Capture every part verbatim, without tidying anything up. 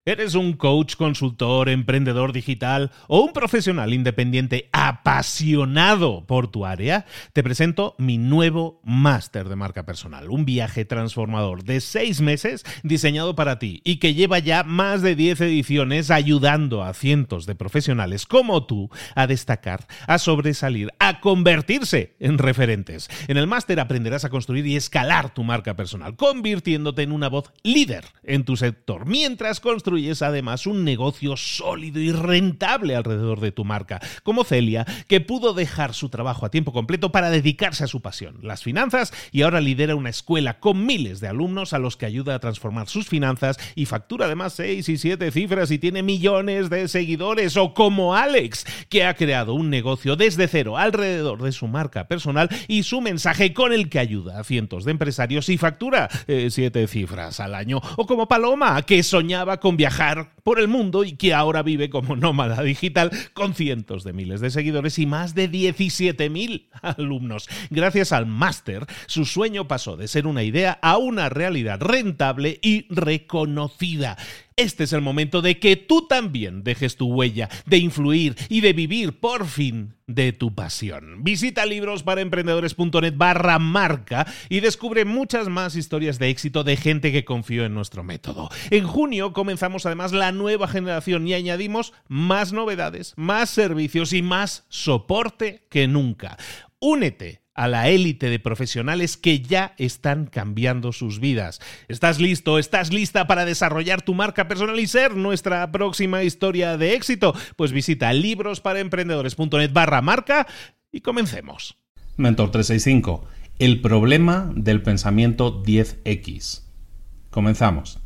¿Eres un coach, consultor, emprendedor digital o un profesional independiente apasionado por tu área? Te presento mi nuevo máster de marca personal, un viaje transformador de seis meses diseñado para ti y que lleva ya más de diez ediciones ayudando a cientos de profesionales como tú a destacar, a sobresalir, a convertirse en referentes. En el máster aprenderás a construir y escalar tu marca personal, convirtiéndote en una voz líder en tu sector, mientras construyes es además un negocio sólido y rentable alrededor de tu marca, como Celia, que pudo dejar su trabajo a tiempo completo para dedicarse a su pasión, las finanzas, y ahora lidera una escuela con miles de alumnos a los que ayuda a transformar sus finanzas y factura además seis y siete cifras y tiene millones de seguidores. O como Alex, que ha creado un negocio desde cero alrededor de su marca personal y su mensaje, con el que ayuda a cientos de empresarios y factura eh, siete cifras al año. O como Paloma, que soñaba con viajar por el mundo y que ahora vive como nómada digital con cientos de miles de seguidores y más de diecisiete mil alumnos. Gracias al máster, su sueño pasó de ser una idea a una realidad rentable y reconocida. Este es el momento de que tú también dejes tu huella, de influir y de vivir por fin de tu pasión. Visita librosparaemprendedores.net barra marca y descubre muchas más historias de éxito de gente que confió en nuestro método. En junio comenzamos además la nueva generación y añadimos más novedades, más servicios y más soporte que nunca. Únete a la élite de profesionales que ya están cambiando sus vidas. ¿Estás listo? ¿Estás lista para desarrollar tu marca personal y ser nuestra próxima historia de éxito? Pues visita librosparaemprendedores.net barra marca y comencemos. Mentor trescientos sesenta y cinco. El problema del pensamiento diez equis. Comenzamos.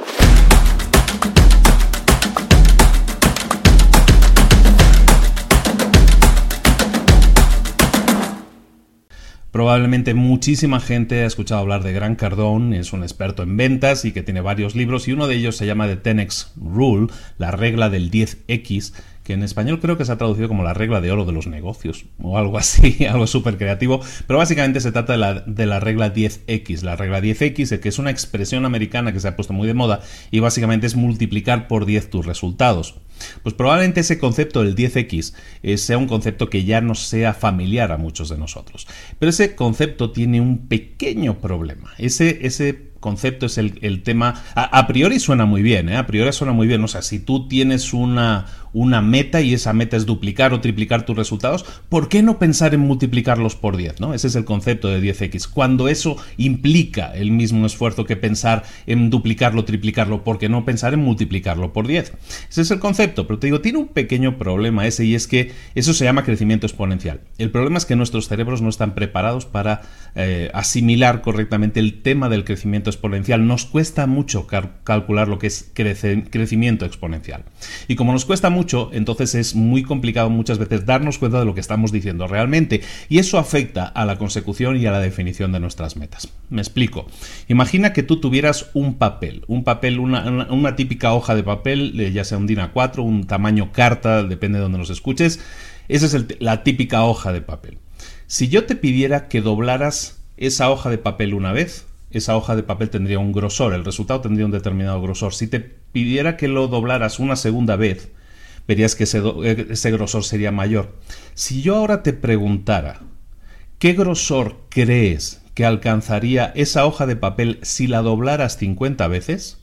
Probablemente muchísima gente ha escuchado hablar de Grant Cardone, es un experto en ventas y que tiene varios libros, y uno de ellos se llama The diez equis Rule, la regla del diez equis, que en español creo que se ha traducido como la regla de oro de los negocios, o algo así, algo súper creativo, pero básicamente se trata de la, de la regla diez equis. La regla diez equis, que es una expresión americana que se ha puesto muy de moda, y básicamente es multiplicar por diez tus resultados. Pues probablemente ese concepto del diez equis eh, sea un concepto que ya no sea familiar a muchos de nosotros. Pero ese concepto tiene un pequeño problema. Ese, ese concepto es el, el tema... A, a priori suena muy bien, ¿eh? A priori suena muy bien. O sea, si tú tienes una, una meta y esa meta es duplicar o triplicar tus resultados, ¿por qué no pensar en multiplicarlos por diez, ¿no? Ese es el concepto de diez equis. Cuando eso implica el mismo esfuerzo que pensar en duplicarlo o triplicarlo, ¿por qué no pensar en multiplicarlo por diez? Ese es el concepto, pero te digo, tiene un pequeño problema ese, y es que eso se llama crecimiento exponencial. El problema es que nuestros cerebros no están preparados para eh, asimilar correctamente el tema del crecimiento exponencial. Nos cuesta mucho cal- calcular lo que es crece- crecimiento exponencial. Y como nos cuesta mucho, entonces es muy complicado muchas veces darnos cuenta de lo que estamos diciendo realmente, y eso afecta a la consecución y a la definición de nuestras metas. Me explico. Imagina que tú tuvieras un papel, un papel, una, una, una típica hoja de papel, ya sea un DIN A cuatro, un tamaño carta, depende de donde nos escuches. Esa es el, la típica hoja de papel. Si yo te pidiera que doblaras esa hoja de papel una vez, esa hoja de papel tendría un grosor, el resultado tendría un determinado grosor. Si te pidiera que lo doblaras una segunda vez, verías que ese, ese grosor sería mayor. Si yo ahora te preguntara, ¿qué grosor crees que alcanzaría esa hoja de papel si la doblaras cincuenta veces?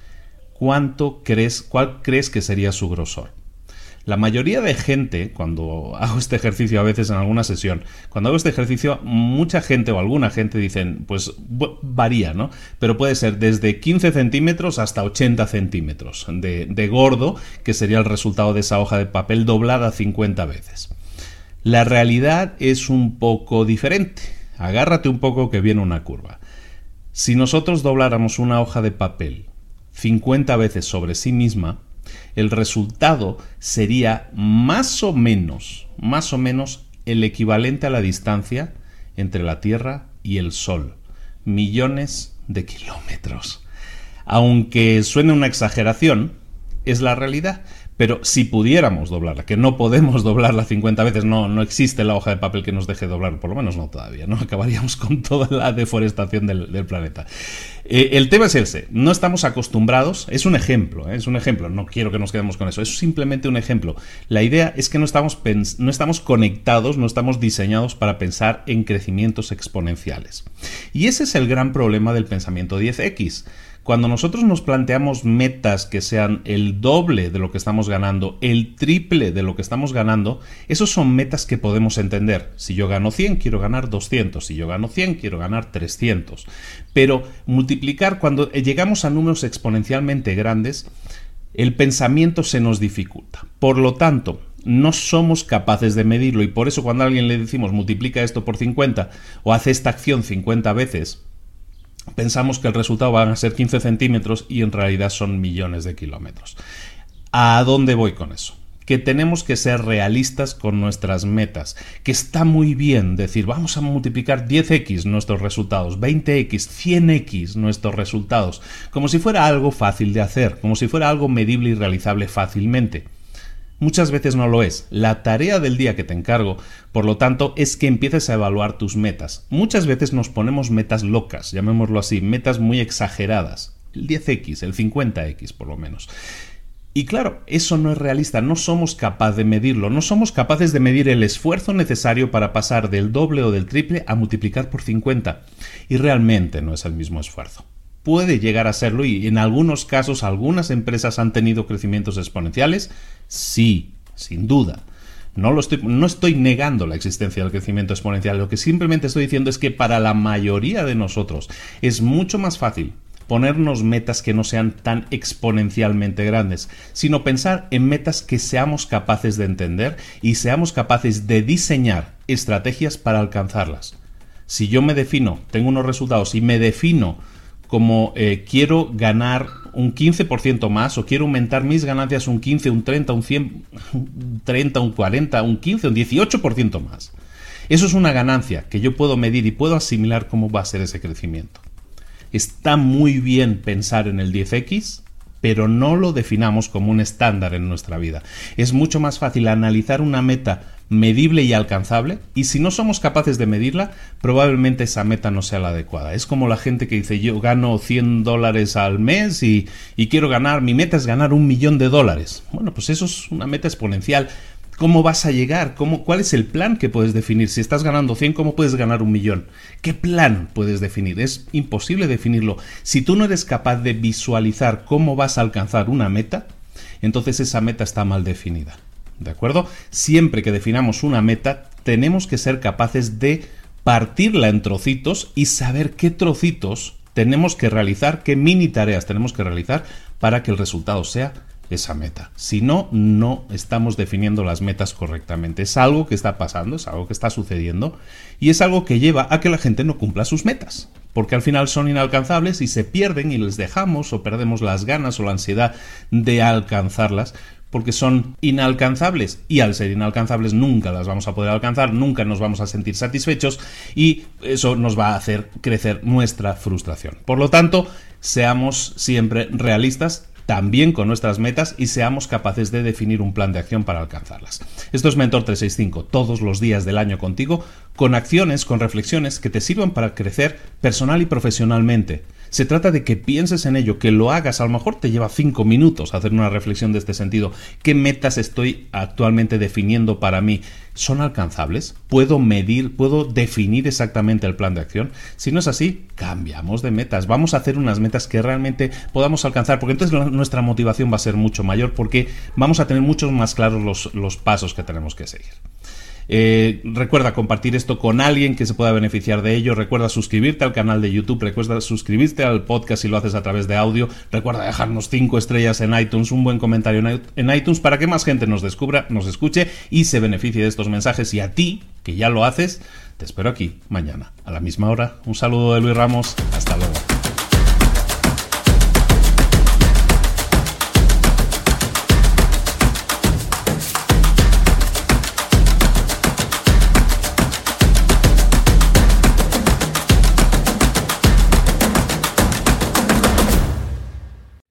¿Cuánto crees, cuál crees que sería su grosor? La mayoría de gente, cuando hago este ejercicio a veces en alguna sesión, cuando hago este ejercicio, mucha gente o alguna gente dicen, pues varía, ¿no? Pero puede ser desde quince centímetros hasta ochenta centímetros de, de gordo, que sería el resultado de esa hoja de papel doblada cincuenta veces. La realidad es un poco diferente. Agárrate un poco que viene una curva. Si nosotros dobláramos una hoja de papel cincuenta veces sobre sí misma, el resultado sería más o menos, más o menos el equivalente a la distancia entre la Tierra y el Sol. Millones de kilómetros. Aunque suene una exageración, es la realidad. Pero si pudiéramos doblarla, que no podemos doblarla cincuenta veces, no, no existe la hoja de papel que nos deje doblar, por lo menos no todavía, ¿no? Acabaríamos con toda la deforestación del, del planeta. Eh, el tema es ese, no estamos acostumbrados, es un ejemplo, ¿eh? es un ejemplo, no quiero que nos quedemos con eso, es simplemente un ejemplo. La idea es que no estamos, pens- no estamos conectados, no estamos diseñados para pensar en crecimientos exponenciales. Y ese es el gran problema del pensamiento diez equis. Cuando nosotros nos planteamos metas que sean el doble de lo que estamos ganando, el triple de lo que estamos ganando, esos son metas que podemos entender. Si yo gano cien, quiero ganar doscientos. Si yo gano cien, quiero ganar trescientos. Pero multiplicar, cuando llegamos a números exponencialmente grandes, el pensamiento se nos dificulta. Por lo tanto, no somos capaces de medirlo y por eso cuando a alguien le decimos multiplica esto por cincuenta o hace esta acción cincuenta veces, pensamos que el resultado van a ser quince centímetros y en realidad son millones de kilómetros. ¿A dónde voy con eso? Que tenemos que ser realistas con nuestras metas, que está muy bien decir vamos a multiplicar diez equis nuestros resultados, veinte equis, cien equis nuestros resultados, como si fuera algo fácil de hacer, como si fuera algo medible y realizable fácilmente. Muchas veces no lo es. La tarea del día que te encargo, por lo tanto, es que empieces a evaluar tus metas. Muchas veces nos ponemos metas locas, llamémoslo así, metas muy exageradas. El diez equis, el cincuenta equis por lo menos. Y claro, eso no es realista, no somos capaces de medirlo, no somos capaces de medir el esfuerzo necesario para pasar del doble o del triple a multiplicar por cincuenta. Y realmente no es el mismo esfuerzo. Puede llegar a serlo y en algunos casos algunas empresas han tenido crecimientos exponenciales. Sí, sin duda. No, lo estoy, no estoy negando la existencia del crecimiento exponencial. Lo que simplemente estoy diciendo es que para la mayoría de nosotros es mucho más fácil ponernos metas que no sean tan exponencialmente grandes, sino pensar en metas que seamos capaces de entender y seamos capaces de diseñar estrategias para alcanzarlas. Si yo me defino, tengo unos resultados y me defino como eh, quiero ganar un quince por ciento más o quiero aumentar mis ganancias un quince, un treinta, un cien, un treinta, un cuarenta, un quince, un dieciocho por ciento más. Eso es una ganancia que yo puedo medir y puedo asimilar cómo va a ser ese crecimiento. Está muy bien pensar en el diez equis, pero no lo definamos como un estándar en nuestra vida. Es mucho más fácil analizar una meta medible y alcanzable, y si no somos capaces de medirla, probablemente esa meta no sea la adecuada. Es como la gente que dice, yo gano cien dólares al mes y, y quiero ganar, mi meta es ganar un millón de dólares. Bueno, pues eso es una meta exponencial. ¿Cómo vas a llegar? ¿Cómo, ¿Cuál es el plan que puedes definir? Si estás ganando cien, ¿cómo puedes ganar un millón? ¿Qué plan puedes definir? Es imposible definirlo. Si tú no eres capaz de visualizar cómo vas a alcanzar una meta, entonces esa meta está mal definida. ¿De acuerdo? Siempre que definamos una meta, tenemos que ser capaces de partirla en trocitos y saber qué trocitos tenemos que realizar, qué mini tareas tenemos que realizar para que el resultado sea esa meta. Si no, no estamos definiendo las metas correctamente. Es algo que está pasando, es algo que está sucediendo y es algo que lleva a que la gente no cumpla sus metas, porque al final son inalcanzables y se pierden y les dejamos o perdemos las ganas o la ansiedad de alcanzarlas porque son inalcanzables y al ser inalcanzables nunca las vamos a poder alcanzar, nunca nos vamos a sentir satisfechos y eso nos va a hacer crecer nuestra frustración. Por lo tanto, seamos siempre realistas también con nuestras metas y seamos capaces de definir un plan de acción para alcanzarlas. Esto es Mentor trescientos sesenta y cinco, todos los días del año contigo, con acciones, con reflexiones que te sirvan para crecer personal y profesionalmente. Se trata de que pienses en ello, que lo hagas. A lo mejor te lleva cinco minutos hacer una reflexión de este sentido. ¿Qué metas estoy actualmente definiendo para mí? ¿Son alcanzables? ¿Puedo medir? ¿Puedo definir exactamente el plan de acción? Si no es así, cambiamos de metas. Vamos a hacer unas metas que realmente podamos alcanzar, porque entonces nuestra motivación va a ser mucho mayor, porque vamos a tener muchos más claros los, los pasos que tenemos que seguir. Eh, recuerda compartir esto con alguien que se pueda beneficiar de ello. Recuerda suscribirte al canal de YouTube, recuerda suscribirte al podcast si lo haces a través de audio. Recuerda dejarnos cinco estrellas en iTunes, un buen comentario en iTunes para que más gente nos descubra, nos escuche y se beneficie de estos mensajes. Y a ti, que ya lo haces, te espero aquí mañana a la misma hora. Un saludo de Luis Ramos, hasta luego.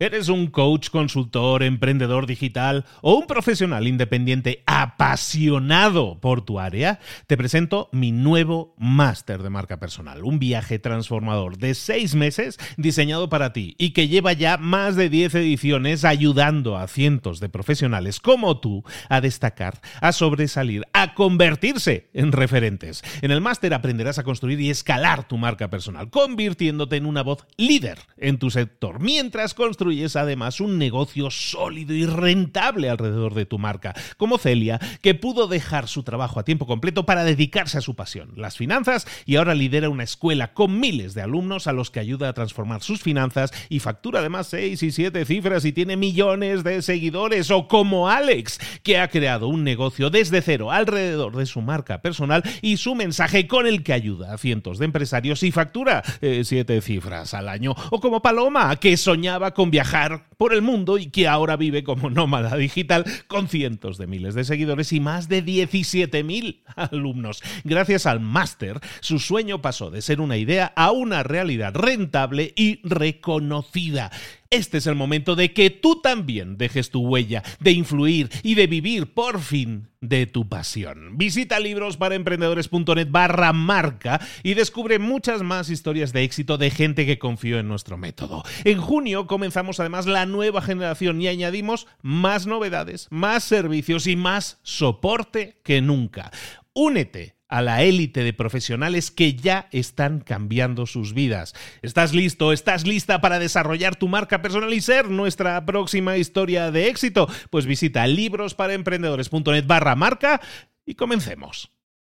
¿Eres un coach, consultor, emprendedor digital o un profesional independiente apasionado por tu área? Te presento mi nuevo máster de marca personal, un viaje transformador de seis meses diseñado para ti y que lleva ya más de diez ediciones ayudando a cientos de profesionales como tú a destacar, a sobresalir, a convertirse en referentes. En el máster aprenderás a construir y escalar tu marca personal, convirtiéndote en una voz líder en tu sector, mientras construyes además un negocio sólido y rentable alrededor de tu marca, como Celia, que pudo dejar su trabajo a tiempo completo para dedicarse a su pasión, las finanzas, y ahora lidera una escuela con miles de alumnos a los que ayuda a transformar sus finanzas y factura además seis y siete cifras y tiene millones de seguidores. O como Alex, que ha creado un negocio desde cero alrededor de su marca personal y su mensaje, con el que ayuda a cientos de empresarios y factura eh, siete cifras al año. O como Paloma, que soñaba con viajar por el mundo y que ahora vive como nómada digital con cientos de miles de seguidores y más de diecisiete mil alumnos. Gracias al máster, su sueño pasó de ser una idea a una realidad rentable y reconocida. Este es el momento de que tú también dejes tu huella, de influir y de vivir por fin de tu pasión. Visita librosparaemprendedores.net barra marca y descubre muchas más historias de éxito de gente que confió en nuestro método. En junio comenzamos además la nueva generación y añadimos más novedades, más servicios y más soporte que nunca. Únete a la élite de profesionales que ya están cambiando sus vidas. ¿Estás listo? ¿Estás lista para desarrollar tu marca personal y ser nuestra próxima historia de éxito? Pues visita librosparaemprendedores.net barra marca y comencemos.